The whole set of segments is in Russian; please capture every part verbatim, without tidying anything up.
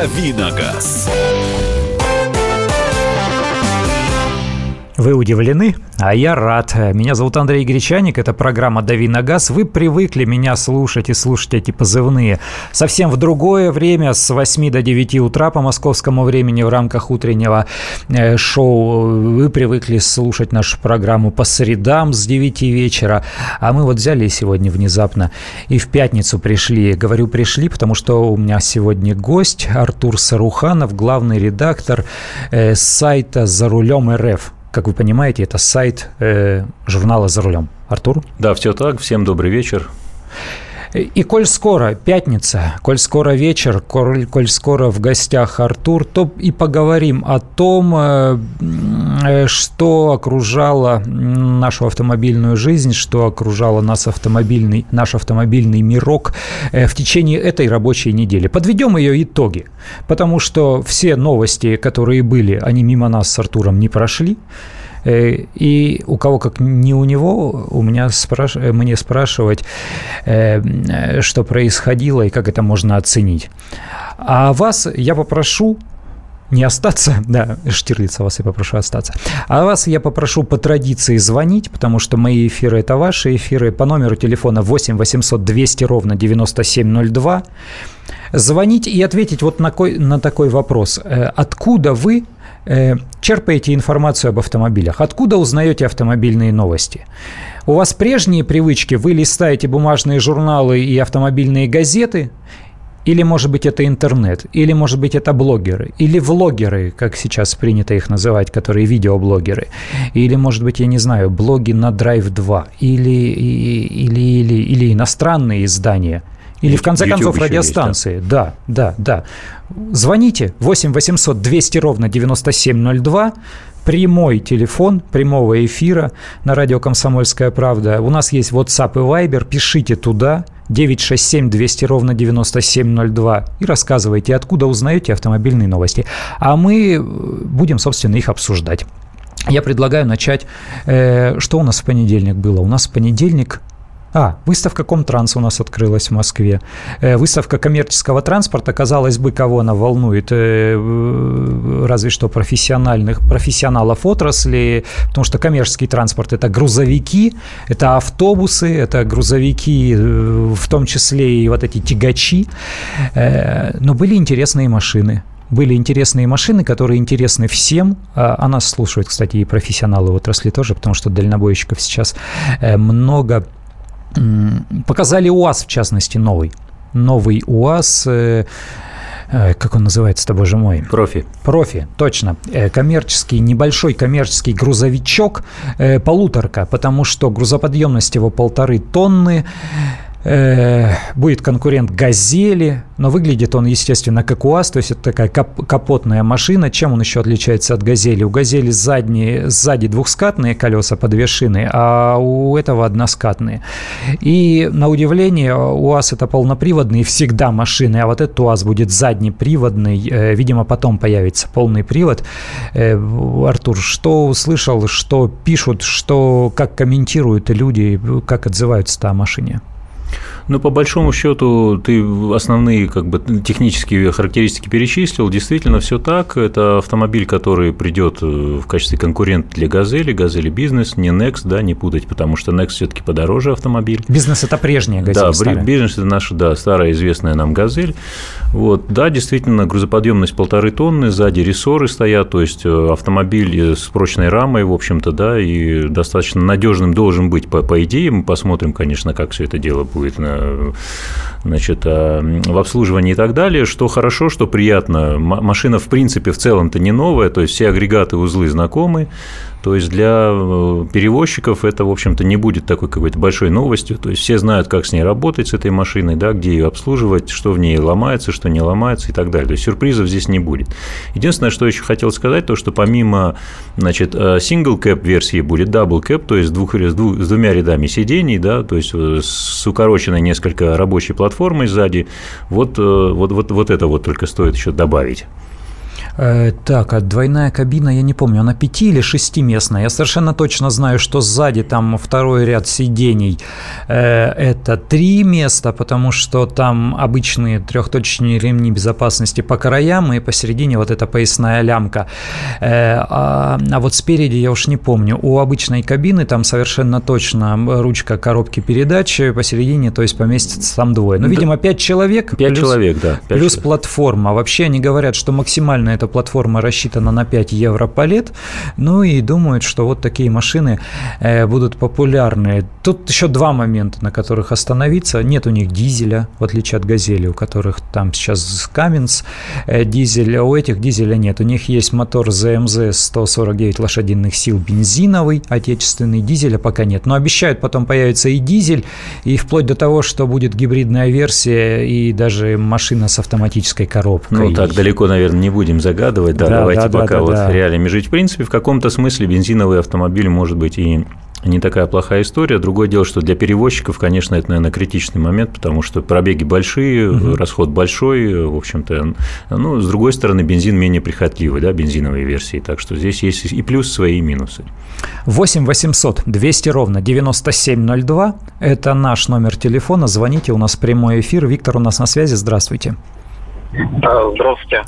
Давиногаз. Вы удивлены? А я рад. Меня зовут Андрей Гречаник, это программа «Дави на газ». Вы привыкли меня слушать и слушать эти позывные совсем в другое время, с восьми до девяти утра по московскому времени в рамках утреннего э, шоу. Вы привыкли слушать нашу программу по средам с девяти вечера. А мы вот взяли сегодня внезапно и в пятницу пришли. Говорю «пришли», потому что у меня сегодня гость Артур Саруханов, главный редактор э, сайта «За рулем РФ». Как вы понимаете, это сайт э, журнала «За рулем». Артур? Да, все так. Всем добрый вечер. И коль скоро пятница, коль скоро вечер, коль, коль скоро в гостях Артур, то и поговорим о том, э, что окружало нашу автомобильную жизнь, что окружало нас автомобильный, наш автомобильный мирок э, в течение этой рабочей недели. Подведем ее итоги, потому что все новости, которые были, они мимо нас с Артуром не прошли. И у кого, как не у него, у меня спраш... мне спрашивать, что происходило и как это можно оценить. А вас я попрошу не остаться, да, Штирлица вас я попрошу остаться, а вас я попрошу по традиции звонить, потому что мои эфиры – это ваши эфиры, по номеру телефона восемь восемьсот двести ровно девяносто семь ноль два. Звонить и ответить вот на, кой... на такой вопрос. Откуда вы черпаете информацию об автомобилях? Откуда узнаете автомобильные новости? У вас прежние привычки, вы листаете бумажные журналы и автомобильные газеты, или, может быть, это интернет, или, может быть, это блогеры, или влогеры, как сейчас принято их называть, которые видеоблогеры, или, может быть, я не знаю, блоги на драйв два, или, или, или, или иностранные издания. Или, в конце YouTube концов, радиостанции. Есть, да? да, да, да. Звоните восемь восемьсот двести ровно девяносто семь ноль два. Прямой телефон прямого эфира на радио «Комсомольская правда». У нас есть WhatsApp и Viber. Пишите туда девять шесть семь двести ровно девяносто семь ноль два и рассказывайте, откуда узнаете автомобильные новости. А мы будем, собственно, их обсуждать. Я предлагаю начать. Э, что у нас в понедельник было? У нас в понедельник... А, выставка Комтранс у нас открылась в Москве. Э, выставка коммерческого транспорта, казалось бы, кого она волнует? Э, разве что профессиональных, профессионалов отрасли, потому что коммерческий транспорт – это грузовики, это автобусы, это грузовики, в том числе и вот эти тягачи. Э, но были интересные машины. Были интересные машины, которые интересны всем. А нас слушают, кстати, и профессионалы отрасли тоже, потому что дальнобойщиков сейчас много. Показали УАЗ, в частности, новый. Новый УАЗ, э, э, как он называется-то, боже мой? Профи. Профи, точно. Э, коммерческий, небольшой коммерческий грузовичок, э, полуторка, потому что грузоподъемность его полторы тонны. Будет конкурент «Газели», но выглядит он, естественно, как УАЗ, то есть это такая кап- капотная машина. Чем он еще отличается от «Газели»? У «Газели» задние, сзади двухскатные колеса по две шины, а у этого односкатные. И, на удивление, УАЗ – это полноприводный всегда машины, а вот этот УАЗ будет заднеприводный, видимо, потом появится полный привод. Артур, что услышал, что пишут, что, как комментируют люди, как отзываются-то о машине? Ну, по большому счету, ты основные как бы технические характеристики перечислил. Действительно, все так. Это автомобиль, который придет в качестве конкурента для «Газели», «Газели Бизнес», не Next, да, не путать, потому что Next все-таки подороже автомобиль. Бизнес – это прежняя «Газель», да, старая. Бизнес – это наша, да, старая известная нам «Газель». Вот, да, действительно, грузоподъемность полторы тонны, сзади рессоры стоят, то есть автомобиль с прочной рамой, в общем-то, да, и достаточно надежным должен быть, по, по идее. Мы посмотрим, конечно, как все это дело будет на значит, в обслуживании и так далее. Что хорошо, что приятно. Машина, в принципе, в целом-то не новая, то есть все агрегаты, узлы знакомы. То есть для перевозчиков это, в общем-то, не будет такой какой-то большой новостью. То есть все знают, как с ней работать, с этой машиной, да, где ее обслуживать, что в ней ломается, что не ломается и так далее. То есть сюрпризов здесь не будет. Единственное, что еще хотел сказать, то, что помимо, значит, single cab версии будет double cab, то есть с, двух, с, двух, с двумя рядами сидений, да, то есть с укороченной несколько рабочей платформой сзади. Вот, вот, вот, вот это вот только стоит еще добавить. Э, так, а двойная кабина, я не помню, она пяти- или шестиместная. Я совершенно точно знаю, что сзади там второй ряд сидений э, это три места, потому что там обычные трехточечные ремни безопасности по краям, и посередине вот эта поясная лямка. Э, а, а вот спереди я уж не помню. У обычной кабины там совершенно точно ручка коробки передач посередине, то есть поместится там двое. Ну, видимо, пять человек. Пять плюс, человек, да. пять плюс человек. Платформа. Вообще они говорят, что максимально эта платформа рассчитана на пять евро полет. Ну и думают, что вот такие машины э, будут популярны. Тут еще два момента, на которых остановиться. Нет у них дизеля, в отличие от «Газели», у которых там сейчас Cummins э, дизель, а у этих дизеля нет. У них есть мотор зэ эм зэ сто сорок девять лошадиных сил бензиновый, отечественный, дизеля пока нет. Но обещают, потом появится и дизель, и вплоть до того, что будет гибридная версия и даже машина с автоматической коробкой. Ну, так далеко, наверное, не будем загадывать, да, да давайте да, пока да, вот да. реалиями жить. В принципе, в каком-то смысле бензиновый автомобиль может быть и не такая плохая история. Другое дело, что для перевозчиков, конечно, это, наверное, критичный момент, потому что пробеги большие, угу. расход большой, в общем-то. Ну, с другой стороны, бензин менее прихотливый, да, бензиновые версии, так что здесь есть и плюсы свои, и минусы. восемь восемьсот двести ровно девяносто семь ноль два – это наш номер телефона. Звоните, у нас прямой эфир. Виктор у нас на связи. Здравствуйте. Здравствуйте.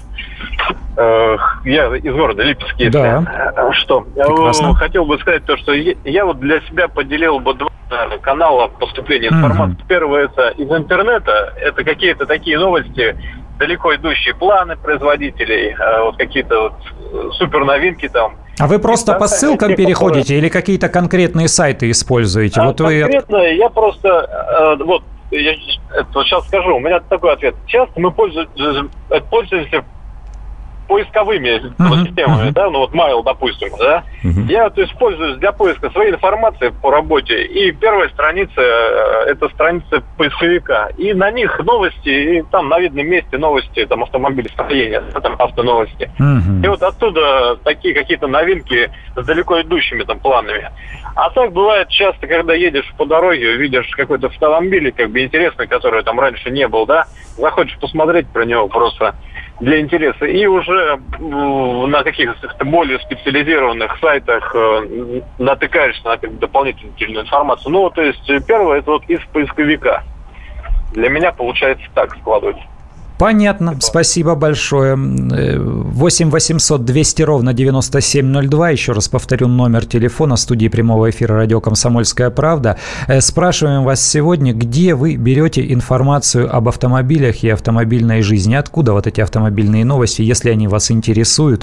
Я из города Липецк. Да. Что? Прекрасно. Хотел бы сказать то, что я вот для себя поделил бы два канала поступления информации. Mm-hmm. Первое – это из интернета. Это какие-то такие новости, далеко идущие планы производителей, вот какие-то вот супер новинки там. А вы просто по ссылкам переходите или какие-то конкретные сайты используете? А вот конкретно вы... я просто вот я это вот сейчас скажу. У меня такой ответ. Часто мы пользуемся, пользуемся поисковыми uh-huh, системами, uh-huh. да, ну вот Mail, допустим, да. Uh-huh. Я вот использую для поиска своей информации по работе, и первая страница – это страница поисковика, и на них новости, и там на видном месте новости, там автомобилестроения, там автоновости. Uh-huh. И вот оттуда такие какие-то новинки с далеко идущими там планами. А так бывает часто, когда едешь по дороге, видишь какой-то автомобиль, как бы интересный, который там раньше не был, да, захочешь посмотреть про него просто для интереса. И уже на каких-то более специализированных сайтах натыкаешься на дополнительную информацию. Ну, то есть, первое, это вот из поисковика. Для меня получается так складывать. Понятно, спасибо большое. восемь восемьсот двести ровно девяносто семь ноль два. Еще раз повторю номер телефона студии прямого эфира радио «Комсомольская правда». Спрашиваем вас сегодня, где вы берете информацию об автомобилях и автомобильной жизни. Откуда вот эти автомобильные новости, если они вас интересуют,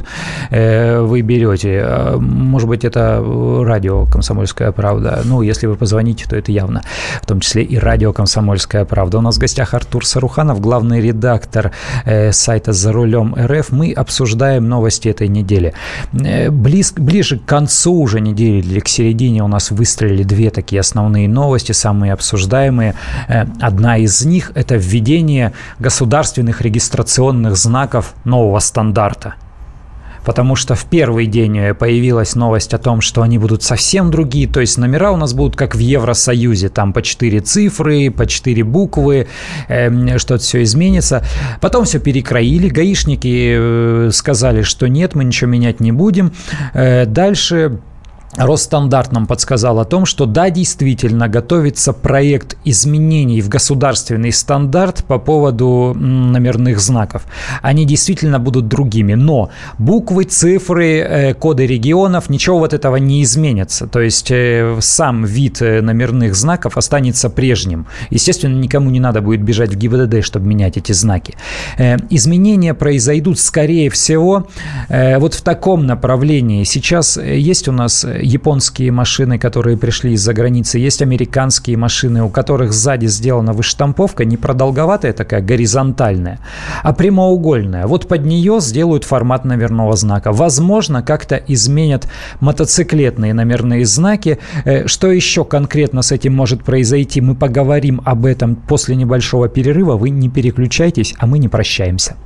вы берете? Может быть, это радио «Комсомольская правда». Ну, если вы позвоните, то это явно, в том числе и радио «Комсомольская правда». У нас в гостях Артур Саруханов, главный редактор сайта «За рулем РФ». Мы обсуждаем новости этой недели. Близ, ближе к концу уже недели или к середине у нас выстрелили две такие основные новости, самые обсуждаемые. Одна из них – это введение государственных регистрационных знаков нового стандарта. Потому что в первый день появилась новость о том, что они будут совсем другие, то есть номера у нас будут как в Евросоюзе, там по четыре цифры, по четыре буквы, э, что-то все изменится. Потом все перекроили, гаишники сказали, что нет, мы ничего менять не будем. Э, дальше... Росстандарт нам подсказал о том, что да, действительно, готовится проект изменений в государственный стандарт по поводу номерных знаков. Они действительно будут другими, но буквы, цифры, коды регионов, ничего вот этого не изменится. То есть сам вид номерных знаков останется прежним. Естественно, никому не надо будет бежать в ГИБДД, чтобы менять эти знаки. Изменения произойдут, скорее всего, вот в таком направлении. Сейчас есть у нас японские машины, которые пришли из-за границы, есть американские машины, у которых сзади сделана выштамповка, не продолговатая такая, горизонтальная, а прямоугольная. Вот под нее сделают формат номерного знака. Возможно, как-то изменят мотоциклетные номерные знаки. Что еще конкретно с этим может произойти, мы поговорим об этом после небольшого перерыва. Вы не переключайтесь, а мы не прощаемся.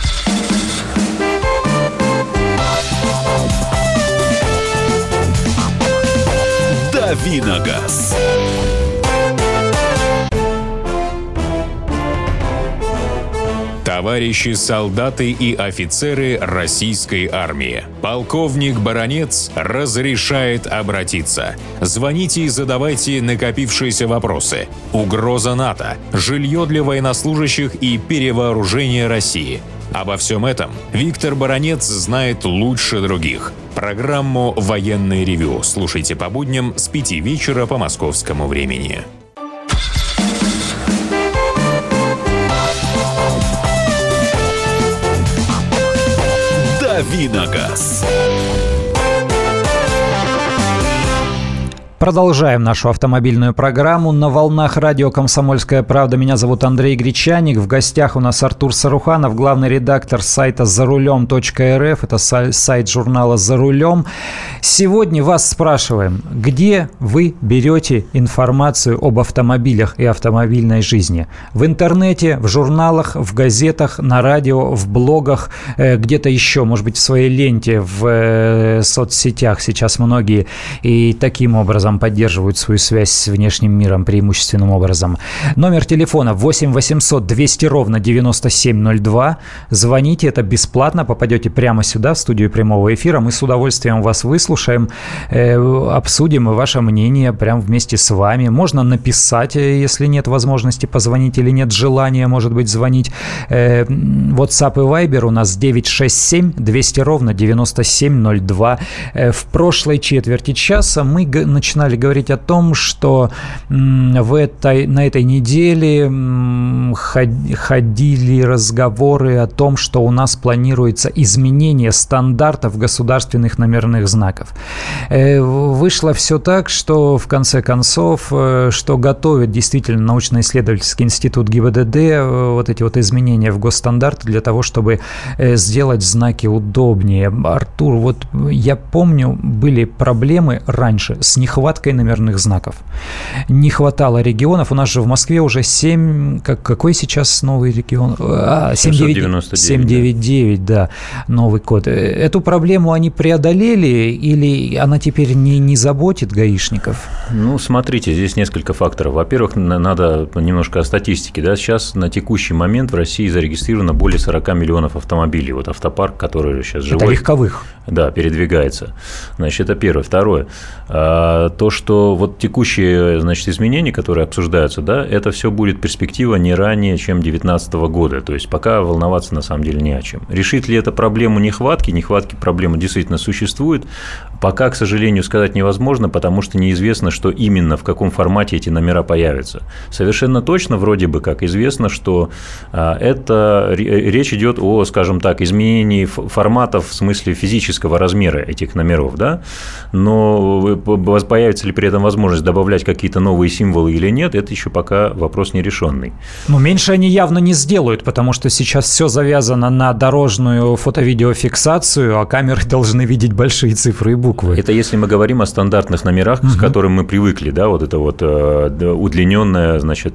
Виногаз. Товарищи солдаты и офицеры российской армии, полковник Баранец разрешает обратиться. Звоните и задавайте накопившиеся вопросы. Угроза НАТО, жилье для военнослужащих и перевооружение России. Обо всем этом Виктор Баранец знает лучше других. Программу «Военное ревю» слушайте по будням с пяти вечера по московскому времени. Давиногаз. Продолжаем нашу автомобильную программу на волнах радио «Комсомольская правда». Меня зовут Андрей Гречаник. В гостях у нас Артур Саруханов, главный редактор сайта за рулем точка эр эф. Это сайт журнала «За рулем». Сегодня вас спрашиваем, где вы берете информацию об автомобилях и автомобильной жизни? В интернете, в журналах, в газетах, на радио, в блогах, где-то еще, может быть, в своей ленте, в соцсетях. Сейчас многие и таким образом поддерживают свою связь с внешним миром преимущественным образом. Номер телефона восемь восемьсот двести ровно девяносто семь ноль два. Звоните, это бесплатно, попадете прямо сюда, в студию прямого эфира. Мы с удовольствием вас выслушаем, э, обсудим ваше мнение прямо вместе с вами. Можно написать, если нет возможности позвонить или нет желания, может быть, звонить. Э, WhatsApp и Viber у нас девять шесть семь двести ровно девяносто семь ноль два. Э, в прошлой четверти часа мы г- начинаем начинали говорить о том, что в этой, на этой неделе ходили разговоры о том, что у нас планируется изменение стандартов государственных номерных знаков. Вышло все так, что в конце концов, что готовит действительно научно-исследовательский институт ГИБДД вот эти вот изменения в госстандарты для того, чтобы сделать знаки удобнее. Артур, вот я помню, были проблемы раньше с нехваткой номерных знаков. Не хватало регионов. У нас же в Москве уже семь... Как, какой сейчас новый регион? А, семь девять девять, да, новый код. Эту проблему они преодолели или она теперь не, не заботит гаишников? Ну, смотрите, здесь несколько факторов. Во-первых, надо немножко о статистике. Да? Сейчас на текущий момент в России зарегистрировано более сорок миллионов автомобилей. Вот автопарк, который сейчас живой. Это легковых. Да, передвигается. Значит, это первое. Второе. То, что вот текущие, значит, изменения, которые обсуждаются, да, это все будет перспектива не ранее, чем две тысячи девятнадцатого года. То есть пока волноваться на самом деле не о чем. Решит ли это проблему нехватки? Нехватки проблема действительно существует. Пока, к сожалению, сказать невозможно, потому что неизвестно, что именно, в каком формате эти номера появятся. Совершенно точно, вроде бы как известно, что это речь идет о, скажем так, изменении форматов в смысле физического размера этих номеров, да, но появится ли при этом возможность добавлять какие-то новые символы или нет, это еще пока вопрос нерешенный. Но меньше они явно не сделают, потому что сейчас все завязано на дорожную фото-видеофиксацию, а камеры должны видеть большие цифры и буквы. Это если мы говорим о стандартных номерах, угу. с которыми мы привыкли, да, вот это вот удлиненная, значит,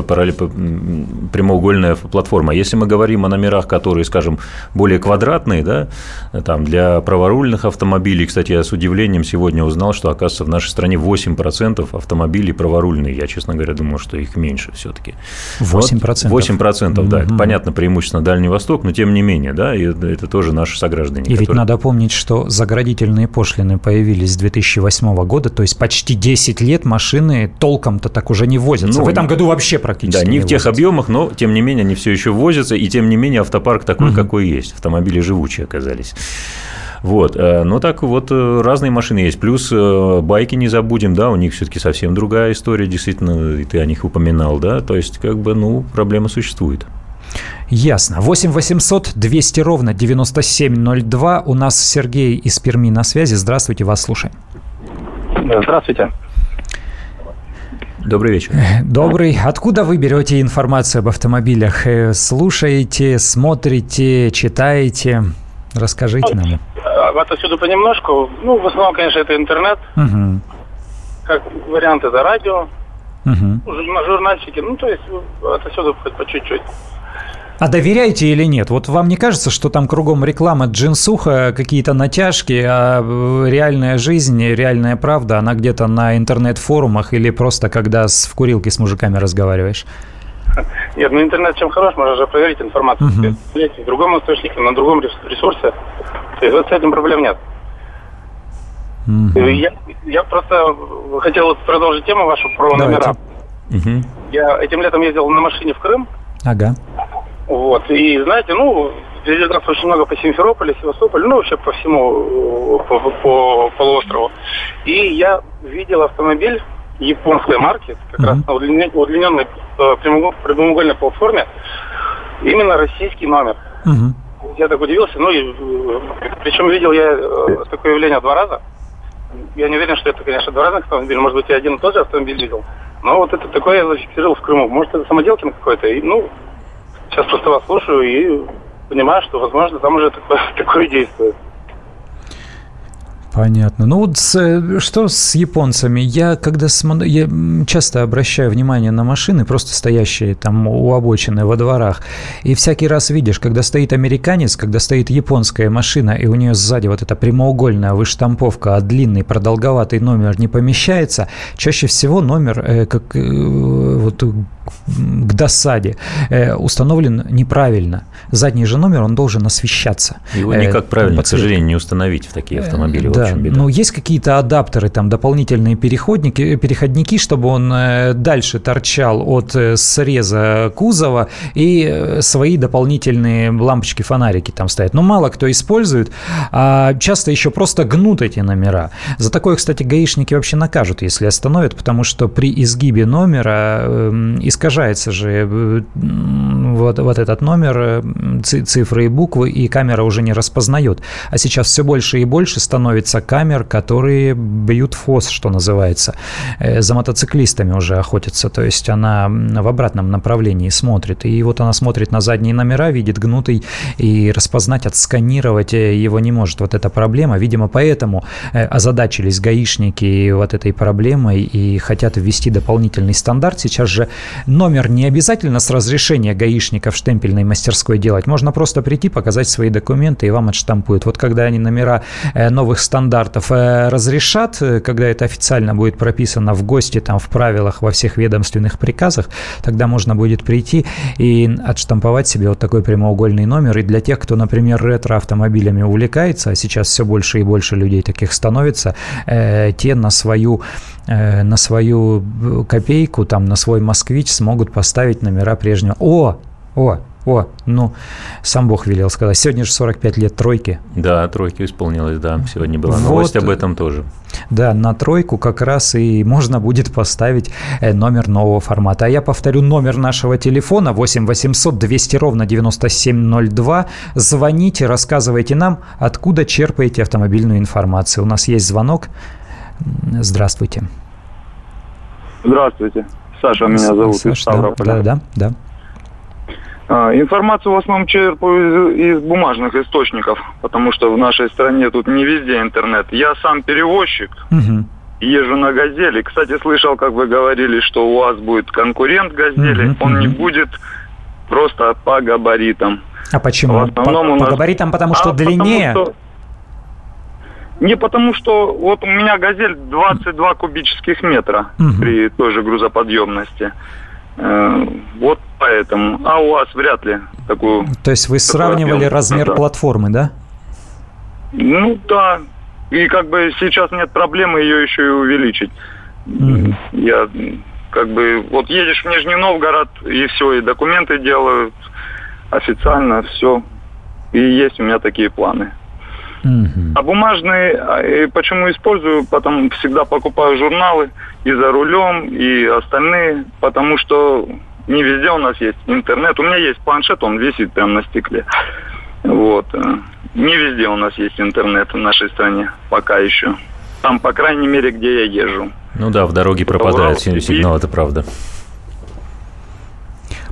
прямоугольная платформа. Если мы говорим о номерах, которые, скажем, более квадратные, да, там для праворульных автомобилей, кстати, я с удивлением сегодня узнал, что, оказывается, в нашей стране восемь процентов автомобилей праворульные. Я, честно говоря, думал, что их меньше все-таки. восемь процентов? восемь процентов, да. Mm-hmm. Это, понятно, преимущественно Дальний Восток, но тем не менее, да, и это тоже наши сограждане. И которые... ведь надо помнить, что заградительные пошлины появились с две тысячи восьмого года, то есть почти десять лет машины толком-то так уже не возятся. Ну, в этом году вообще практически да, не, не в возятся. тех объемах, но, тем не менее, они все еще возятся, и, тем не менее, автопарк такой, mm-hmm. какой есть. Автомобили живучие оказались. Вот, но так вот разные машины есть. Плюс байки не забудем, да, у них все-таки совсем другая история, действительно, и ты о них упоминал, да, то есть, как бы, ну, проблема существует. Ясно. восемь восемьсот двести ровно девяносто семь ноль два. У нас Сергей из Перми на связи. Здравствуйте, вас слушаем. Здравствуйте. Добрый вечер. Добрый. Откуда вы берете информацию об автомобилях? Слушаете, смотрите, читаете? Расскажите нам. Отсюда понемножку. Ну, в основном, конечно, это интернет. Угу. Как вариант, это радио, угу. журнальчики. Ну, то есть, отсюда хоть по чуть-чуть. А доверяете или нет? Вот вам не кажется, что там кругом реклама, джинсуха, какие-то натяжки, а реальная жизнь, реальная правда, она где-то на интернет-форумах или просто когда с, в курилке с мужиками разговариваешь? Нет, ну интернет чем хорош, можно же проверить информацию uh-huh. в другом источнике, на другом ресурсе. То есть вот с этим проблем нет. Uh-huh. Я, я просто хотел продолжить тему вашу про Давайте. номера. Uh-huh. Я этим летом ездил на машине в Крым. Ага. Вот, и знаете, ну, везде нас очень много по Симферополю, Севастополю, ну, вообще по всему, по, по полуострову. И я видел автомобиль японской марки, как uh-huh. раз на удлиненной прямоугольной платформе, именно российский номер. Uh-huh. Я так удивился, ну, и, причем видел я такое явление два раза. Я не уверен, что это, конечно, два разных автомобиля, может быть, я один и тот же автомобиль видел. Но вот это такое я зафиксировал в Крыму. Может, это самоделкин какой-то, и, ну, сейчас просто вас слушаю и понимаю, что, возможно, там уже такое, такое действует. Понятно. Ну вот с, что с японцами? Я когда смотрю, я часто обращаю внимание на машины, просто стоящие там у обочины во дворах, и всякий раз видишь, когда стоит американец, когда стоит японская машина, и у нее сзади вот эта прямоугольная выштамповка, а длинный продолговатый номер не помещается, чаще всего номер э, как э, вот к досаде э, установлен неправильно. Задний же номер, он должен освещаться. Его никак э, правильно, к сожалению, не установить в такие автомобили. Да. Да, ну есть какие-то адаптеры, там дополнительные переходники, переходники, чтобы он дальше торчал от среза кузова, и свои дополнительные лампочки-фонарики там стоят. Но мало кто использует, а часто еще просто гнут эти номера. За такое, кстати, гаишники вообще накажут, если остановят, потому что при изгибе номера искажается же вот, вот этот номер, цифры и буквы, и камера уже не распознает. А сейчас все больше и больше становится камер, которые бьют фос, что называется. За мотоциклистами уже охотятся, то есть она в обратном направлении смотрит. И вот она смотрит на задние номера, видит гнутый, и распознать, отсканировать его не может. Вот эта проблема. Видимо, поэтому озадачились гаишники вот этой проблемой и хотят ввести дополнительный стандарт. Сейчас же номер не обязательно с разрешения гаишника в штемпельной мастерской делать. Можно просто прийти, показать свои документы, и вам отштампуют. Вот когда они номера новых стандартов разрешат, когда это официально будет прописано в ГОСТе, там, в правилах, во всех ведомственных приказах, тогда можно будет прийти и отштамповать себе вот такой прямоугольный номер. И для тех, кто, например, ретро-автомобилями увлекается, а сейчас все больше и больше людей таких становится, э, те на свою, э, на свою копейку, там, на свой «Москвич» смогут поставить номера прежнего. О! О! О, ну, сам Бог велел сказать. Сегодня же сорок пять лет тройки. Да, тройки исполнилось, да. Сегодня была новость вот, об этом тоже. Да, на тройку как раз и можно будет поставить номер нового формата. А я повторю номер нашего телефона восемь восемьсот двести ровно девяносто семь ноль два. Звоните, рассказывайте нам, откуда черпаете автомобильную информацию. У нас есть звонок. Здравствуйте. Здравствуйте. Саша меня зовут. Саша, из Ставрополя. Да, да, да. Информацию в основном черпаю из, из бумажных источников, потому что в нашей стране тут не везде интернет. Я сам перевозчик, угу. езжу на «Газели». Кстати, слышал, как вы говорили, что у вас будет конкурент «Газели». Угу, Он угу. не будет просто по габаритам. А почему? В основном по, у нас... по габаритам, потому что а длиннее? Потому что... Не потому что вот у меня «Газель» двадцать два кубических метра угу. при той же грузоподъемности. Вот поэтому. А у вас вряд ли такую... То есть вы сравнивали размер да. платформы, да? Ну да. И как бы сейчас нет проблемы ее еще и увеличить. Mm-hmm. Я как бы... Вот едешь в Нижний Новгород, и все, и документы делают официально, все. И есть у меня такие планы. Mm-hmm. А бумажные, почему использую? Потому всегда покупаю журналы и за рулем, и остальные, потому что не везде у нас есть интернет. У меня есть планшет, он висит прямо на стекле. Вот. Не везде у нас есть интернет в нашей стране, пока еще. Там, по крайней мере, где я езжу. Ну да, в дороге пропадает сигнал, это правда.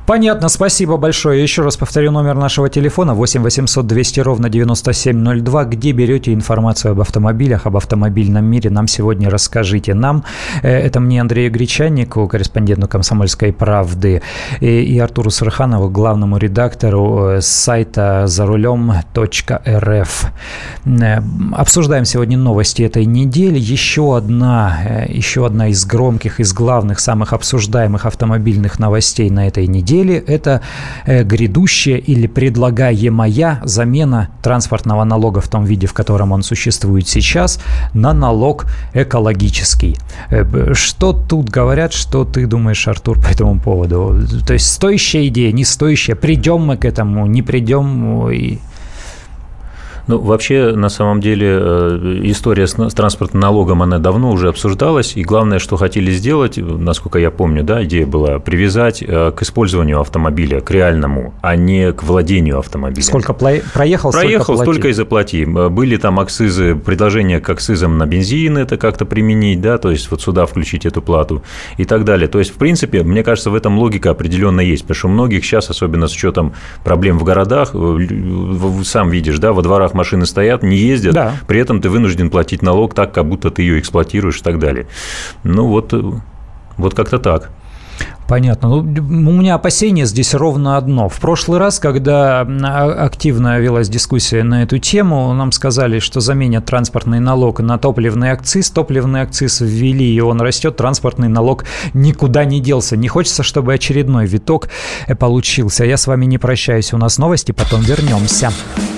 Понятно, спасибо большое. Еще раз повторю номер нашего телефона восемь восемьсот двести ровно девяносто семь ноль два. Где берете информацию об автомобилях, об автомобильном мире, нам сегодня расскажите. Нам, это мне Андрею Гречаннику, корреспонденту «Комсомольской правды», и, и Артуру Саруханову, главному редактору с сайта за рулем точка эр эф. Обсуждаем сегодня новости этой недели. Еще одна, еще одна из громких, из главных, самых обсуждаемых автомобильных новостей на этой неделе – это грядущая или предлагаемая замена транспортного налога в том виде, в котором он существует сейчас, на налог экологический. Что тут говорят, что ты думаешь, Артур, по этому поводу? То есть стоящая идея, не стоящая? Придем мы к этому, не придем? И... Ну, вообще, на самом деле, история с транспортным налогом, она давно уже обсуждалась, и главное, что хотели сделать, насколько я помню, да, идея была привязать к использованию автомобиля, к реальному, а не к владению автомобилем. Сколько проехал, Проехал, столько, столько и заплати. Были там акцизы, предложения к акцизам на бензин это как-то применить, да, то есть вот сюда включить эту плату и так далее. То есть, в принципе, мне кажется, в этом логика определенно есть, потому что у многих сейчас, особенно с учетом проблем в городах, сам видишь, да, во дворах машины стоят, не ездят, да. При этом ты вынужден платить налог так, как будто ты ее эксплуатируешь и так далее. Ну, вот, вот как-то так. Понятно. Ну, у меня опасение здесь ровно одно. В прошлый раз, когда активно велась дискуссия на эту тему, нам сказали, что заменят транспортный налог на топливный акциз. Топливный акциз ввели, и он растет. Транспортный налог никуда не делся. Не хочется, чтобы очередной виток получился. Я с вами не прощаюсь. У нас новости, потом вернемся.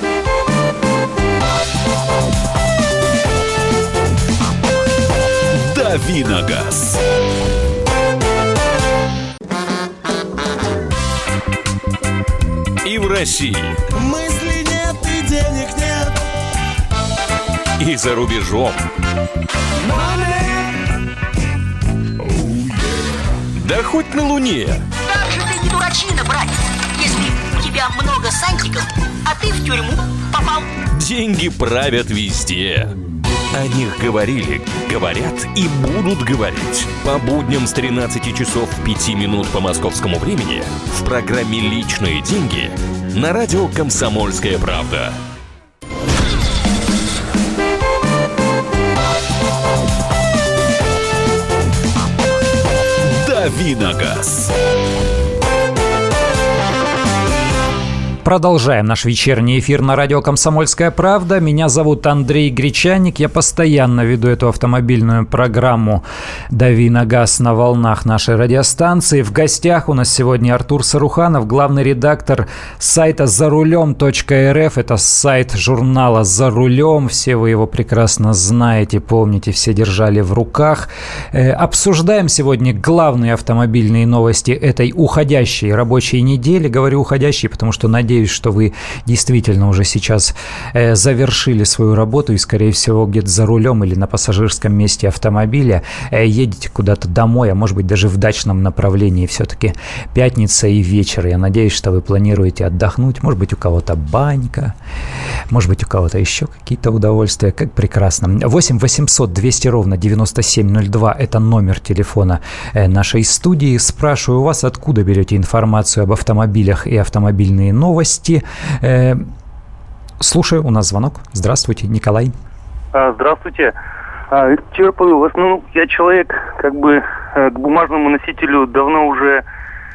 Давиногаз. И в России. Мысли нет и денег нет. И за рубежом. Money. Oh, yeah. Да хоть на Луне. Как же ты не дурачина, братец, если у тебя много сантиков, а ты в тюрьму попал. Деньги правят везде. О них говорили, говорят и будут говорить. По будням с тринадцати часов пяти минут по московскому времени в программе «Личные деньги» на радио «Комсомольская правда». Давиногаз. Продолжаем наш вечерний эфир на радио «Комсомольская правда». Меня зовут Андрей Гречанник. Я постоянно веду эту автомобильную программу «Дави на газ» на волнах нашей радиостанции. В гостях у нас сегодня Артур Саруханов, главный редактор сайта за рулем точка эр эф. Это сайт журнала «За рулем». Все вы его прекрасно знаете, помните, все держали в руках. Э, обсуждаем сегодня главные автомобильные новости этой уходящей рабочей недели. Говорю уходящей, потому что, надеюсь, Надеюсь, что вы действительно уже сейчас э, завершили свою работу и, скорее всего, где-то за рулем или на пассажирском месте автомобиля э, едете куда-то домой, а может быть даже в дачном направлении. Все-таки пятница и вечер. Я надеюсь, что вы планируете отдохнуть. Может быть, у кого-то банька, может быть, у кого-то еще какие-то удовольствия. Как прекрасно. восемь восемьсот двести ровно девяносто семь ноль два – это номер телефона э, нашей студии. Спрашиваю вас, откуда берете информацию об автомобилях и автомобильные новости. Э, слушаю, у нас звонок. Здравствуйте, Николай. Здравствуйте. Черпаю в основном, я человек, как бы к бумажному носителю давно уже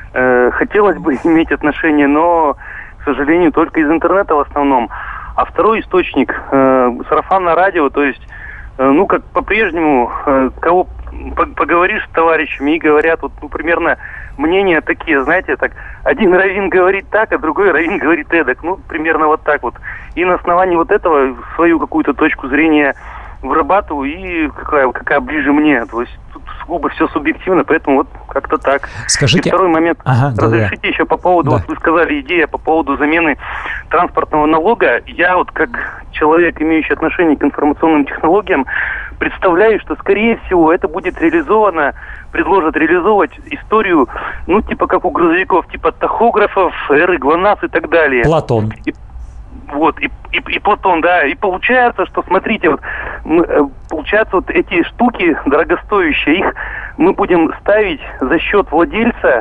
э, хотелось бы иметь отношение, но, к сожалению, только из интернета в основном. А второй источник э, сарафанное радио, то есть, э, ну, как по-прежнему, э, кого поговоришь с товарищами и говорят, вот, ну, примерно мнения такие, знаете, так, один раввин говорит так, а другой раввин говорит эдак, ну, примерно вот так вот. И на основании вот этого свою какую-то точку зрения вырабатываю, и какая, какая ближе мне, то есть тут сугубо все субъективно, поэтому вот как-то так. Скажите... И второй момент, ага, разрешите да, еще по поводу, да. Вот вы сказали, идея по поводу замены транспортного налога. Я вот как человек, имеющий отношение к информационным технологиям, представляю, что, скорее всего, это будет реализовано, предложат реализовывать историю, ну, типа как у грузовиков, типа тахографов, эры ГЛОНАСС и так далее. Платон. И, вот, и, и, и Платон, да. И получается, что, смотрите, вот, мы, получается, вот эти штуки дорогостоящие, их мы будем ставить за счет владельца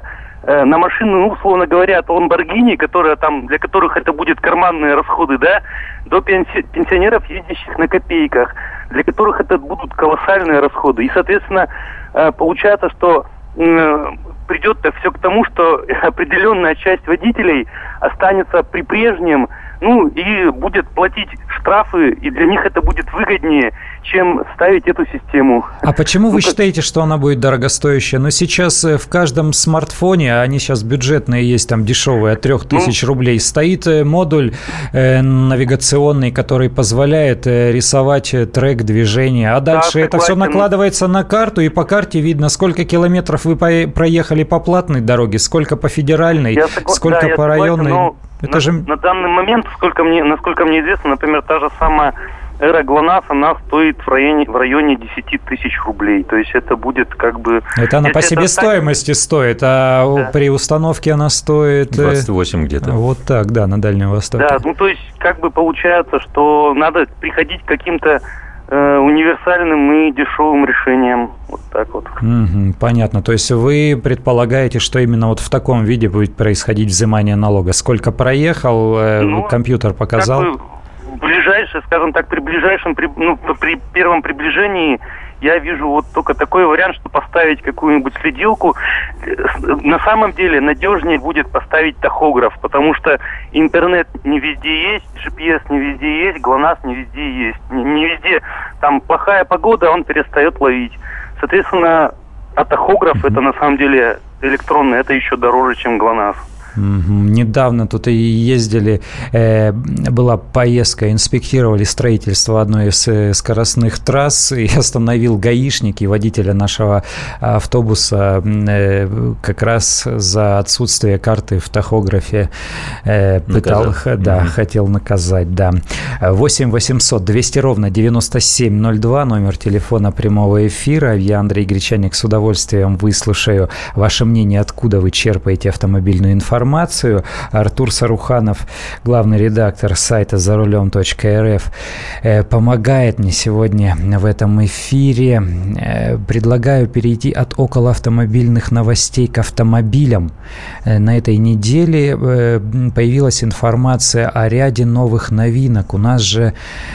э, на машины, ну, условно говоря, от Lamborghini, которая там, для которых это будет карманные расходы, да, до пенси- пенсионеров, ездящих на копейках, для которых это будут колоссальные расходы. И, соответственно, э, получается, что э, придет-то все к тому, что определенная часть водителей останется при прежнем, ну, и будет платить штрафы, и для них это будет выгоднее, чем ставить эту систему. А почему ну, вы как... считаете, что она будет дорогостоящая? Ну, сейчас в каждом смартфоне, а они сейчас бюджетные есть, там дешевые, от трех тысяч ну... рублей, стоит модуль э, навигационный, который позволяет э, рисовать трек движения. А дальше да, это все накладывается на карту, и по карте видно, сколько километров вы по- проехали по платной дороге, сколько по федеральной, я согла... сколько да, по районной. Согласен, это на, же... на данный момент, сколько мне, насколько мне известно, например, та же самая Эра ГЛОНАСС, она стоит в районе, в районе десять тысяч рублей. То есть это будет как бы... Это она по себестоимости так... стоит, а да. при установке она стоит... двадцать восемь где-то. Вот так, да, на Дальнем Востоке. Да, ну то есть как бы получается, что надо приходить к каким-то э, универсальным и дешевым решениям. Вот так вот. Угу, понятно. То есть вы предполагаете, что именно вот в таком виде будет происходить взимание налога? Сколько проехал, э, ну, компьютер показал? Как бы ближайшее, скажем так, при ближайшем, при, ну, при первом приближении я вижу вот только такой вариант, что поставить какую-нибудь следилку. На самом деле надежнее будет поставить тахограф, потому что интернет не везде есть, джи пи эс не везде есть, ГЛОНАСС не везде есть. Не, не везде. Там плохая погода, он перестает ловить. Соответственно, а тахограф mm-hmm. это на самом деле электронный, это еще дороже, чем ГЛОНАСС. Недавно тут и ездили, э, была поездка, инспектировали строительство одной из э, скоростных трасс, и остановил гаишник и водителя нашего автобуса э, как раз за отсутствие карты в тахографе. Э, пытал, да, mm-hmm. хотел наказать, да. восемь восемьсот двести ровно девяносто семь ноль два, номер телефона прямого эфира. Я, Андрей Гречаник, с удовольствием выслушаю ваше мнение, откуда вы черпаете автомобильную информацию. Артур Саруханов, главный редактор сайта за рулем точка эр эф, помогает мне сегодня в этом эфире. Предлагаю перейти от околоавтомобильных новостей к автомобилям. На этой неделе появилась информация о ряде новых новинок. У нас же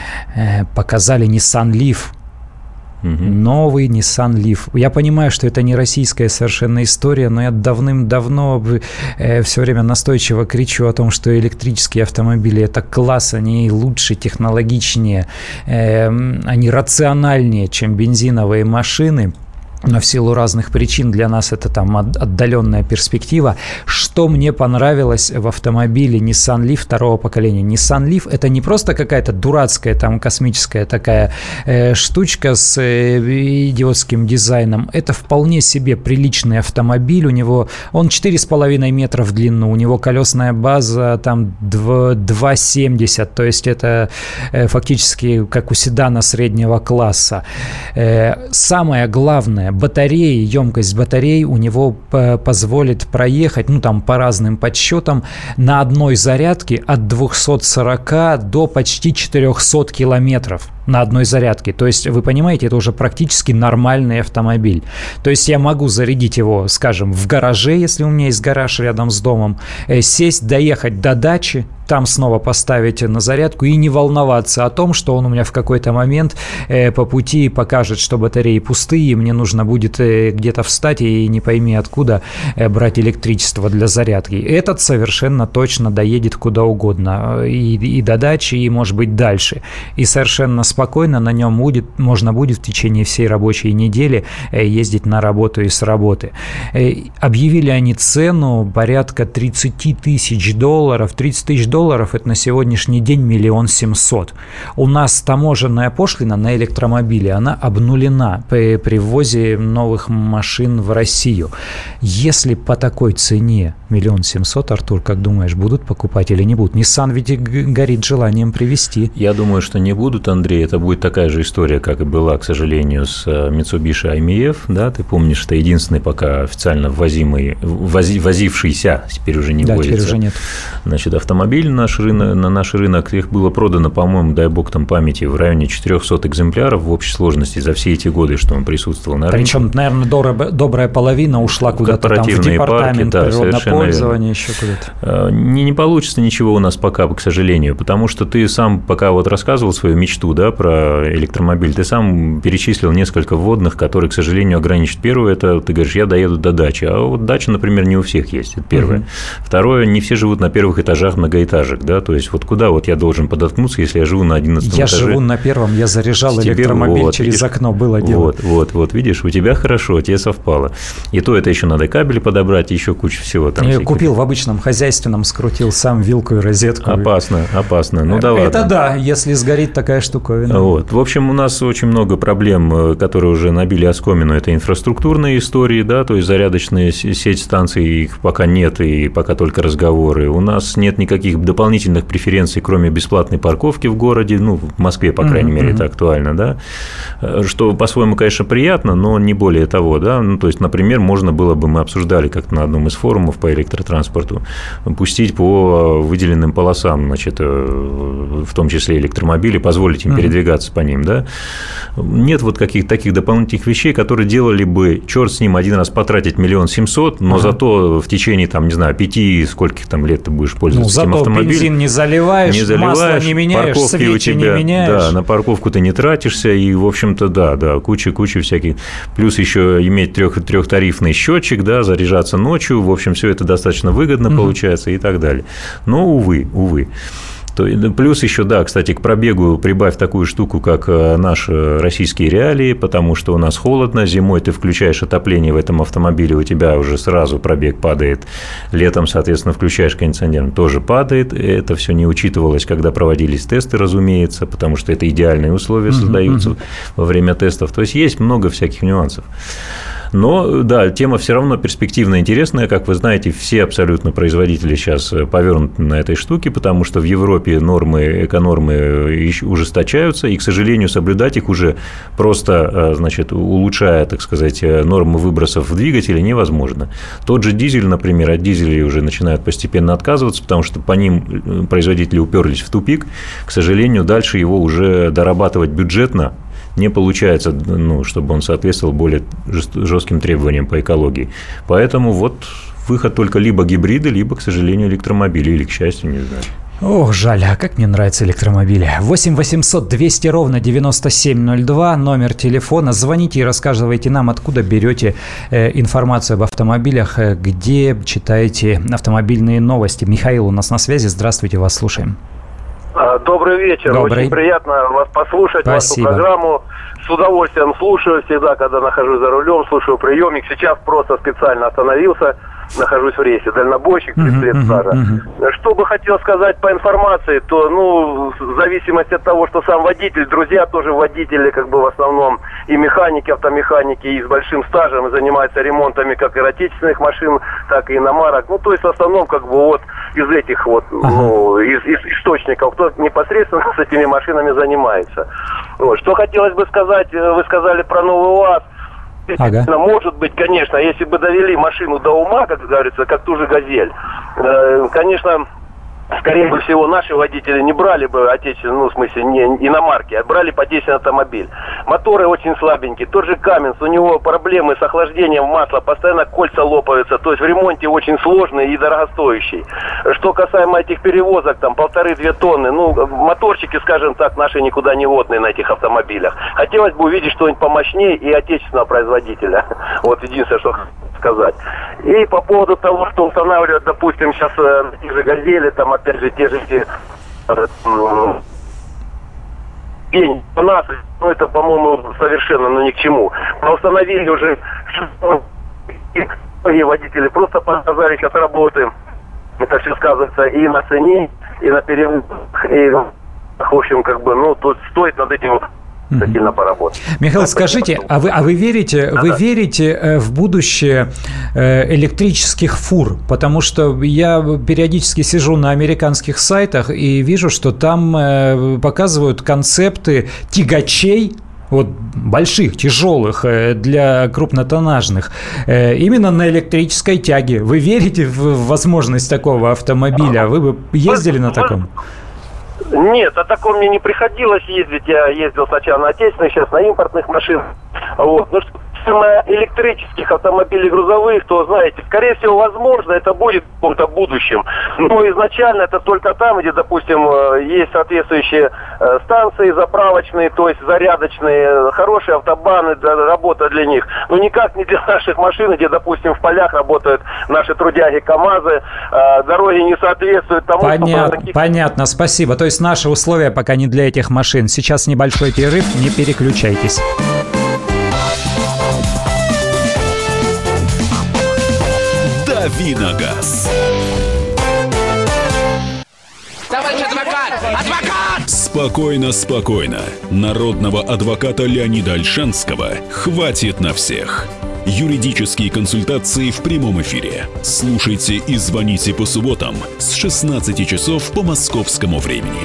показали Nissan Leaf. Угу. Новый Nissan Leaf. Я понимаю, что это не российская совершенно история, но я давным-давно э, все время настойчиво кричу о том, что электрические автомобили – это класс, они лучше, технологичнее, э, они рациональнее, чем бензиновые машины. Но в силу разных причин для нас это там отдаленная перспектива. Что мне понравилось в автомобиле Nissan Leaf второго поколения? Nissan Leaf – это не просто какая-то дурацкая там космическая такая э, штучка с э, идиотским дизайном. Это вполне себе приличный автомобиль. У него он четыре с половиной метра в длину, у него колесная база там два семьдесят, то есть это э, фактически как у седана среднего класса. Э, самое главное, батареи, емкость батарей у него позволит проехать, ну там по разным подсчетам, на одной зарядке от двухсот сорока до почти четырехсот километров на одной зарядке. То есть, вы понимаете, это уже практически нормальный автомобиль. То есть, я могу зарядить его, скажем, в гараже, если у меня есть гараж рядом с домом, сесть, доехать до дачи, там снова поставить на зарядку и не волноваться о том, что он у меня в какой-то момент э, по пути покажет, что батареи пустые, и мне нужно будет э, где-то встать и не пойми откуда э, брать электричество для зарядки. Этот совершенно точно доедет куда угодно, и, и до дачи, и, может быть, дальше. И совершенно спокойно на нем будет, можно будет в течение всей рабочей недели э, ездить на работу и с работы. Э, объявили они цену порядка тридцать тысяч долларов. тридцать тысяч долларов это на сегодняшний день миллион семьсот. У нас таможенная пошлина на электромобили, она обнулена при, при ввозе новых машин в Россию. Если по такой цене миллион семьсот, Артур, как думаешь, будут покупать или не будут? Nissan ведь горит желанием привезти. Я думаю, что не будут, Андрей. Это будет такая же история, как и была, к сожалению, с Mitsubishi ай эм и эф. Да? Ты помнишь, это единственный пока официально ввозимый, вози, возившийся, теперь уже не да, возится, теперь уже нет. Значит, автомобиль. электромобили на наш рынок, на наш рынок. Их было продано, по-моему, дай бог там памяти, в районе четыреста экземпляров в общей сложности за все эти годы, что он присутствовал на рынке. Причем, наверное, добрая, добрая половина ушла куда-то там в департамент парки, да, природопользования, еще куда-то. Не, не получится ничего у нас пока, к сожалению, потому что ты сам, пока вот рассказывал свою мечту, да, про электромобиль, ты сам перечислил несколько вводных, которые, к сожалению, ограничат. Первое, это ты говоришь, я доеду до дачи, а вот дача, например, не у всех есть, это первое. Угу. Второе, не все живут на первых этажах многоэтажек, да, то есть вот куда вот я должен подоткнуться, если я живу на одиннадцатом я этаже? Я живу на первом, я заряжал тебе, электромобиль вот, через видишь, окно, было дело. Вот, вот, вот, видишь, у тебя хорошо, тебе совпало. И то это еще надо кабели подобрать, еще куча всего там. Я купил в обычном хозяйственном, скрутил сам вилку и розетку. Опасно, опасно, ну да ладно. Это да, если сгорит такая штуковина. Вот, в общем, у нас очень много проблем, которые уже набили оскомину, это инфраструктурные истории, да, то есть зарядочная сеть станций, их пока нет, и пока только разговоры. У нас нет никаких дополнительных преференций, кроме бесплатной парковки в городе, ну, в Москве, по крайней mm-hmm. мере, это актуально, да, что по-своему, конечно, приятно, но не более того, да, ну, то есть, например, можно было бы, мы обсуждали как-то на одном из форумов по электротранспорту, пустить по выделенным полосам, значит, в том числе электромобили, позволить им mm-hmm. передвигаться по ним, да. Нет вот каких-то таких дополнительных вещей, которые делали бы, черт с ним, один раз потратить миллион семьсот, но ага. зато в течение, там, не знаю, пяти, скольких там лет ты будешь пользоваться ну, этим автомобилем. Зато бензин не заливаешь, не заливаешь, масло не меняешь, свечи у тебя, не меняешь. Да, на парковку ты не тратишься, и, в общем-то, да, да, куча-куча всяких. Плюс еще иметь трех, трехтарифный счетчик, да, заряжаться ночью, в общем, все это достаточно выгодно угу. получается и так далее. Но, увы, увы. Плюс еще, да, кстати, к пробегу прибавь такую штуку, как наши российские реалии, потому что у нас холодно, зимой ты включаешь отопление в этом автомобиле, у тебя уже сразу пробег падает, летом, соответственно, включаешь кондиционер, тоже падает, это все не учитывалось, когда проводились тесты, разумеется, потому что это идеальные условия создаются uh-huh, uh-huh. во время тестов, то есть есть много всяких нюансов. Но, да, тема все равно перспективная, интересная. Как вы знаете, все абсолютно производители сейчас повернуты на этой штуке, потому что в Европе нормы, эконормы ужесточаются, и, к сожалению, соблюдать их уже просто, значит, улучшая, так сказать, нормы выбросов в двигателе, невозможно. Тот же дизель, например, от дизелей уже начинают постепенно отказываться, потому что по ним производители уперлись в тупик. К сожалению, дальше его уже дорабатывать бюджетно не получается, ну, чтобы он соответствовал более жестким требованиям по экологии. Поэтому вот выход только либо гибриды, либо, к сожалению, электромобили, или, к счастью, не знаю. Ох, жаль, а как мне нравятся электромобили. восемь восемьсот двести ровно девяносто семь ноль два, номер телефона. Звоните и рассказывайте нам, откуда берете э, информацию об автомобилях, э, где читаете автомобильные новости. Михаил у нас на связи. Здравствуйте, вас слушаем. Добрый вечер. Добрый. Очень приятно вас послушать, Спасибо. Вашу программу. С удовольствием слушаю всегда, когда нахожусь за рулем, слушаю приемник. Сейчас просто специально остановился, нахожусь в рейсе, дальнобойщик, тридцать лет стажа. Uh-huh. Что бы хотел сказать по информации, то, ну, в зависимости от того, что сам водитель, друзья тоже водители, как бы в основном и механики, автомеханики, и с большим стажем, и занимаются ремонтами как и отечественных машин, так и иномарок. Ну, то есть в основном, как бы, вот из этих вот, uh-huh. ну, из, из источников, кто непосредственно с этими машинами занимается. Вот. Что хотелось бы сказать, вы сказали про новый УАЗ. Ага. Может быть, конечно, если бы довели машину до ума, как говорится, как ту же «Газель», э, конечно, скорее всего, наши водители не брали бы отечественные, ну, в смысле, не иномарки, а брали бы отечественный автомобиль. Моторы очень слабенькие. Тот же Каменс, у него проблемы с охлаждением масла, постоянно кольца лопаются, то есть в ремонте очень сложный и дорогостоящий. Что касаемо этих перевозок, там, полторы-две тонны, ну, моторчики, скажем так, наши никуда не водные на этих автомобилях. Хотелось бы увидеть что-нибудь помощнее и отечественного производителя. Вот единственное, что сказать. И по поводу того, что устанавливают, допустим, сейчас э, те же «Газели», там, опять же, те же эти э, пень у нас, ну, это, по-моему, совершенно, ну, ни к чему. Но установили уже, и многие водители просто показали сейчас работы. Это все сказывается и на цене, и на перевозках, и, в общем, как бы, ну, тут стоит над этим сильно поработать. Михаил, скажите, а вы, а вы верите, да, вы да. верите в будущее электрических фур? Потому что я периодически сижу на американских сайтах и вижу, что там показывают концепты тягачей вот больших, тяжелых, для крупнотоннажных, именно на электрической тяге. Вы верите в возможность такого автомобиля? Вы бы ездили на таком? Нет, о таком мне не приходилось ездить. Я ездил сначала на отечественных, сейчас на импортных машинах. Вот. Ну, что касаемо электрических автомобилей грузовых, то, знаете, скорее всего, возможно, это будет в каком-то будущем. Но изначально это только там, где, допустим, есть соответствующие станции заправочные, то есть зарядочные, хорошие автобаны, работа для них. Но никак не для наших машин, где, допустим, в полях работают наши трудяги КАМАЗы, дороги не соответствуют тому, Понят, что... Таких... Понятно, спасибо. То есть наши условия пока не для этих машин. Сейчас небольшой перерыв, не переключайтесь. Давиногаз. Товарищ адвокат! Адвокат! Спокойно, спокойно. Народного адвоката Леонида Ольшанского хватит на всех. Юридические консультации в прямом эфире. Слушайте и звоните по субботам с шестнадцати часов по московскому времени.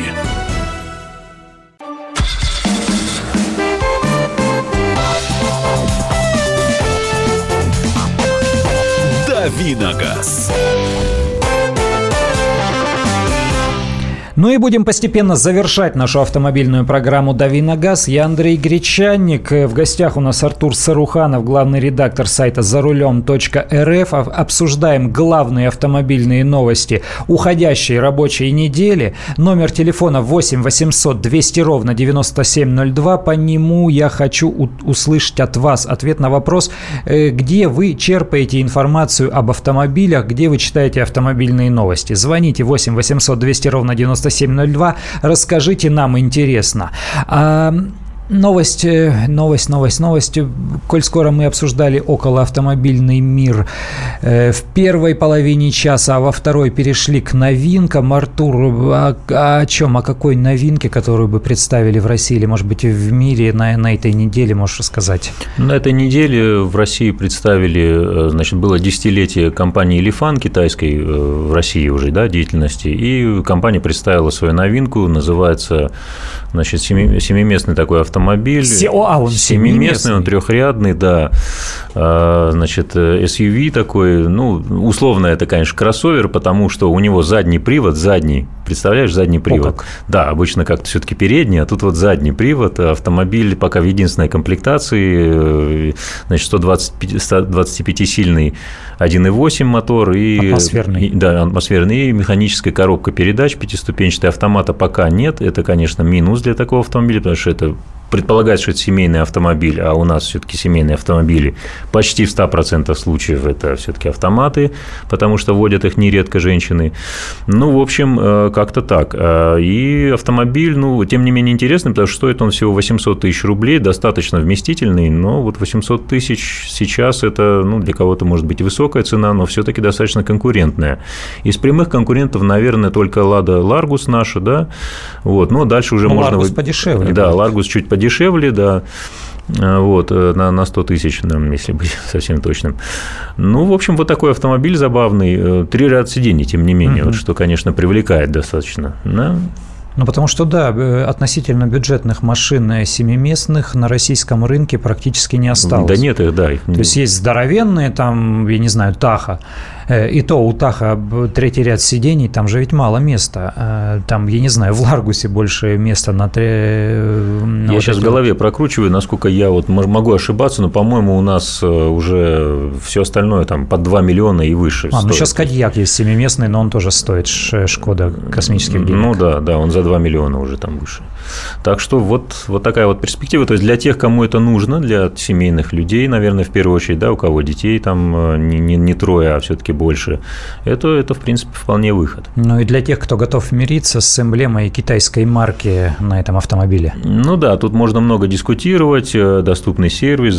Давиногаз. Ну и будем постепенно завершать нашу автомобильную программу «Дави на газ». Я Андрей Гречанник. В гостях у нас Артур Саруханов, главный редактор сайта за рулем точка эр эф. Обсуждаем главные автомобильные новости уходящей рабочей недели. Номер телефона восемь восемьсот двести ровно девяносто семь ноль два. По нему я хочу у- услышать от вас ответ на вопрос, где вы черпаете информацию об автомобилях, где вы читаете автомобильные новости. Звоните восемь восемьсот двести ровно девяносто семь ноль два. Расскажите, нам интересно. А, новость, новость, новость, новость. Коль скоро мы обсуждали околоавтомобильный мир э, в первой половине часа, а во второй перешли к новинкам. Артур, а, а о чем, о какой новинке, которую бы представили в России или, может быть, в мире на, на этой неделе, можешь рассказать? На этой неделе в России представили, значит, было десятилетие компании Lifan, китайской в России уже, да, деятельности, и компания представила свою новинку, называется, значит, семи, семиместный такой автомобиль. Автомобиль, а он семиместный, он трехрядный, да, значит, эс ю ви такой, ну, условно это, конечно, кроссовер, потому что у него задний привод, задний, представляешь, задний привод. О, как. Да, обычно как-то все-таки передний, а тут вот задний привод, автомобиль пока в единственной комплектации, значит, сто двадцать пять сильный один и восемь мотор и, атмосферный. И, да, атмосферный, и механическая коробка передач, пятиступенчатый, автомата пока нет, это, конечно, минус для такого автомобиля, потому что это предполагается, что это семейный автомобиль, а у нас все-таки семейные автомобили почти в ста процентах случаев это все-таки автоматы, потому что водят их нередко женщины. Ну, в общем, как-то так. И автомобиль, ну, тем не менее интересный, потому что стоит он всего восемьсот тысяч рублей, достаточно вместительный, но вот восемьсот тысяч сейчас это, ну, для кого-то может быть высокая цена, но все-таки достаточно конкурентная. Из прямых конкурентов, наверное, только Лада Ларгус наша, да, вот, но дальше уже ну, можно... Ларгус подешевле. Да, Ларгус чуть подешевле. Дешевле, да, вот, на, на сто тысяч, если быть совсем точным. Ну, в общем, вот такой автомобиль забавный, три ряда сидений, тем не менее, mm-hmm. вот, что, конечно, привлекает достаточно, да. Ну, потому что, да, относительно бюджетных машин семиместных на российском рынке практически не осталось. Да нет их, да. Их То есть, есть здоровенные, там, я не знаю, Таха. И то у Таха третий ряд сидений, там же ведь мало места. Там, я не знаю, в Ларгусе больше места на три... Я вот сейчас эти... в голове прокручиваю, насколько я вот могу ошибаться, но, по-моему, у нас уже все остальное там под два миллиона и выше. А, стоит. ну сейчас Кодиак есть семиместный, но он тоже стоит, Шкода космических денег. Ну да, да, он за два миллиона уже там выше. Так что вот, вот такая вот перспектива. То есть для тех, кому это нужно, для семейных людей, наверное, в первую очередь, да, у кого детей там не, не, не трое, а все-таки больше, это, это, в принципе, вполне выход. Ну и для тех, кто готов мириться с эмблемой китайской марки на этом автомобиле. Ну да, тут можно много дискутировать, доступный сервис,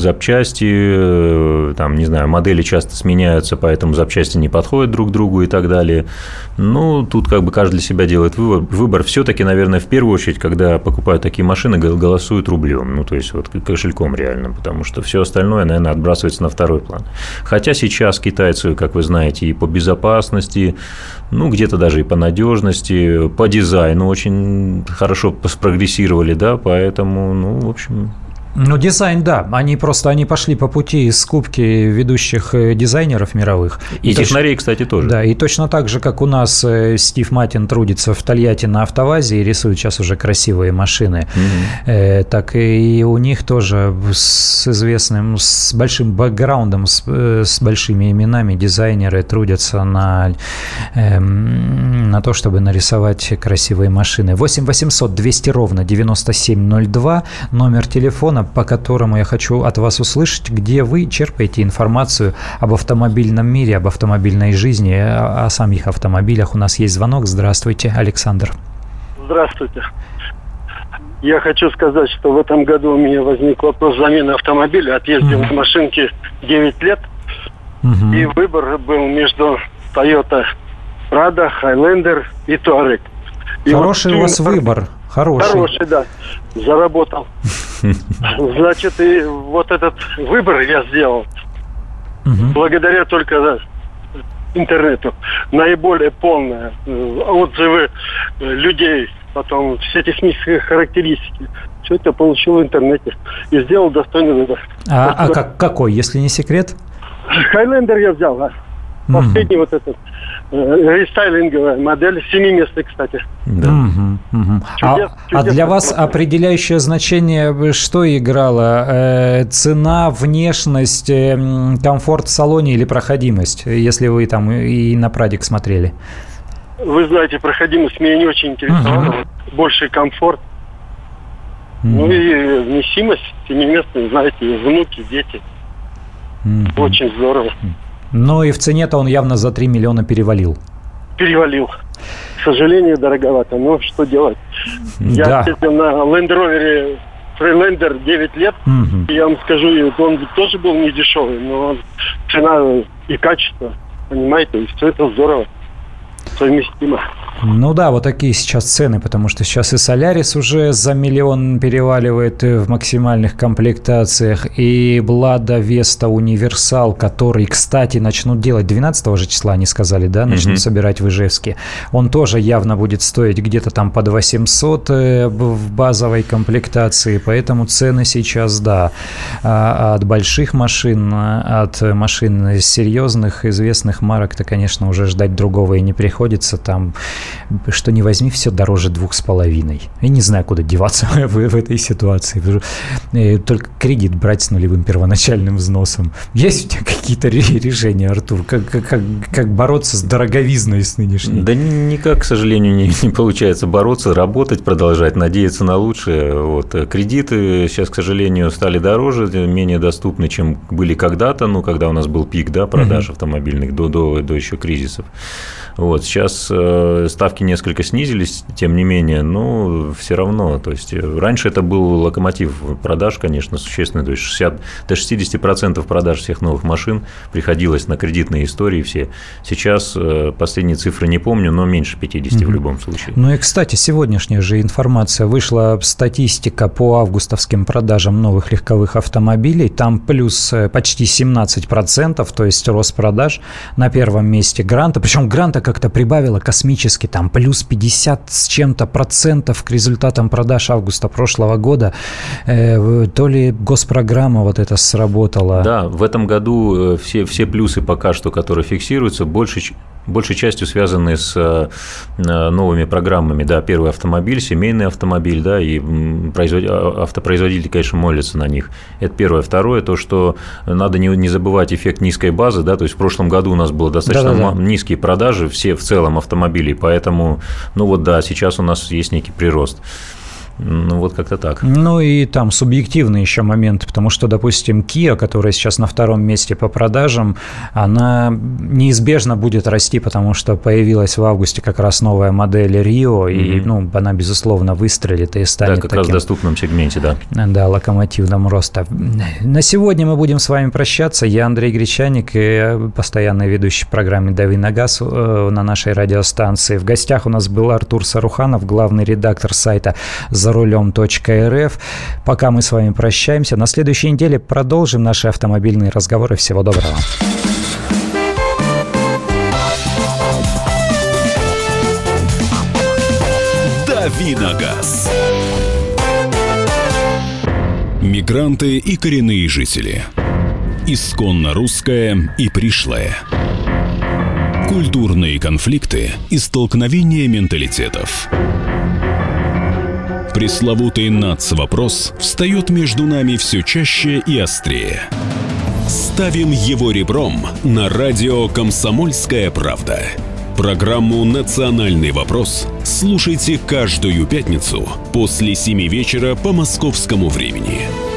запчасти, там, не знаю, модели часто сменяются, поэтому запчасти не подходят друг к другу и так далее. Ну, тут как бы каждый для себя делает выбор. Выбор все-таки, наверное, в первую очередь, когда покупают такие машины, голосуют рублем, ну, то есть вот кошельком реально, потому что все остальное, наверное, отбрасывается на второй план. Хотя сейчас китайцы, как вы знаете, и по безопасности, ну, где-то даже и по надежности, по дизайну очень хорошо спрогрессировали, да, поэтому, ну, в общем... Ну, дизайн, да. Они просто они пошли по пути скупки ведущих дизайнеров мировых. И, и технарей, точ... кстати, тоже. Да, и точно так же, как у нас Стив Матин трудится в Тольятти на АвтоВАЗе и рисует сейчас уже красивые машины, mm-hmm. э, так и у них тоже с известным, с большим бэкграундом, с, с большими именами дизайнеры трудятся на, э, на то, чтобы нарисовать красивые машины. восемь восемьсот двести ровно девяносто семь ноль два, номер телефона, по которому я хочу от вас услышать, где вы черпаете информацию об автомобильном мире, об автомобильной жизни, о, о самих автомобилях. У нас есть звонок. Здравствуйте, Александр. Здравствуйте. Я хочу сказать, что в этом году у меня возник вопрос замены автомобиля. Отъездил mm-hmm. на машинке девять лет, mm-hmm. и выбор был между Toyota Prado, Highlander и Touareg. И Хороший вот, у вас выбор. Хороший. Хороший, да. Заработал. Значит, и вот этот выбор я сделал угу. благодаря только интернету. Наиболее полные отзывы людей, потом все технические характеристики. Все это получил в интернете. И сделал достойный выбор. А, а как, какой, если не секрет? Highlander я взял, да. Последний mm-hmm. вот этот рестайлинговая модель, семиместный, кстати. Да. Mm-hmm. Mm-hmm. Чудес, а, чудес, а для вас смотреть. Определяющее значение что играло? Э, цена, внешность, э, комфорт в салоне или проходимость, если вы там и на Прадик смотрели? Вы знаете, проходимость меня не очень интересовала. Mm-hmm. Больше комфорт. Mm-hmm. Ну и вместимость семиместная, знаете, внуки, дети. Mm-hmm. Очень здорово. Ну и в цене-то он явно за три миллиона перевалил. Перевалил. К сожалению, дороговато. Но что делать? Да. Я ездил на Land Rover Freelander девять лет. Угу. И я вам скажу, он тоже был не дешевый, но цена и качество, понимаете, и все это здорово. Совместимо. Ну да, вот такие сейчас цены, потому что сейчас и Солярис уже за миллион переваливает в максимальных комплектациях, и Лада Веста Универсал, который, кстати, начнут делать двенадцатого же числа, они сказали, да, начнут mm-hmm. собирать в Ижевске. Он тоже явно будет стоить где-то там под восемьсот в базовой комплектации, поэтому цены сейчас, да, от больших машин, от машин серьезных, известных марок-то, конечно, уже ждать другого и не приходится, там что не возьми, все дороже двух с половиной. Я не знаю, куда деваться в, в этой ситуации. Только кредит брать с нулевым первоначальным взносом. Есть у тебя какие-то решения, Артур? Как, как, как бороться с дороговизной с нынешней? Да никак, к сожалению, не, не получается бороться, работать, продолжать, надеяться на лучшее. Вот. Кредиты сейчас, к сожалению, стали дороже, менее доступны, чем были когда-то, ну, когда у нас был пик, да, продаж mm-hmm. автомобильных до, до, до еще кризисов. Вот. Сейчас э, ставки несколько снизились, тем не менее, но все равно. То есть раньше это был локомотив продаж, конечно, существенный. То есть шестьдесят до шестидесяти процентов продаж всех новых машин приходилось на кредитные истории все. Сейчас э, последние цифры не помню, но меньше пятидесяти mm-hmm. в любом случае. Ну и, кстати, сегодняшняя же информация. Вышла статистика по августовским продажам новых легковых автомобилей. Там плюс почти семнадцать процентов, то есть рост продаж. На первом месте Гранта. Причем Гранта как-то прибавила космически, там плюс пятьдесят с чем-то процентов к результатам продаж августа прошлого года. Э, то ли госпрограмма вот эта сработала. Да, в этом году все, все плюсы пока что, которые фиксируются, большей, большей частью связаны с новыми программами. Да, первый автомобиль, семейный автомобиль, да, и производ... автопроизводители, конечно, молятся на них. Это первое. Второе, то, что надо не, не забывать эффект низкой базы, да, то есть в прошлом году у нас было достаточно Да-да-да. низкие продажи, все в целом автомобилей, поэтому, ну вот да, сейчас у нас есть некий прирост. Ну, вот как-то так. Ну, и там субъективный еще момент, потому что, допустим, Kia, которая сейчас на втором месте по продажам, она неизбежно будет расти, потому что появилась в августе как раз новая модель Rio, и, mm-hmm. ну, она, безусловно, выстрелит и станет да, как таким, раз в доступном сегменте, да. Да, локомотивом роста. На сегодня мы будем с вами прощаться. Я Андрей Гречаник, и постоянный ведущий программы «Дави на газ» на нашей радиостанции. В гостях у нас был Артур Саруханов, главный редактор сайта «За рулем точка эр эф». Пока мы с вами прощаемся. На следующей неделе продолжим наши автомобильные разговоры. Всего доброго. «Дави на газ». Мигранты и коренные жители. Исконно русское и пришлое. Культурные конфликты и столкновения менталитетов. Пресловутый нацвопрос встает между нами все чаще и острее. Ставим его ребром на радио «Комсомольская правда». Программу «Национальный вопрос» слушайте каждую пятницу после семи вечера по московскому времени.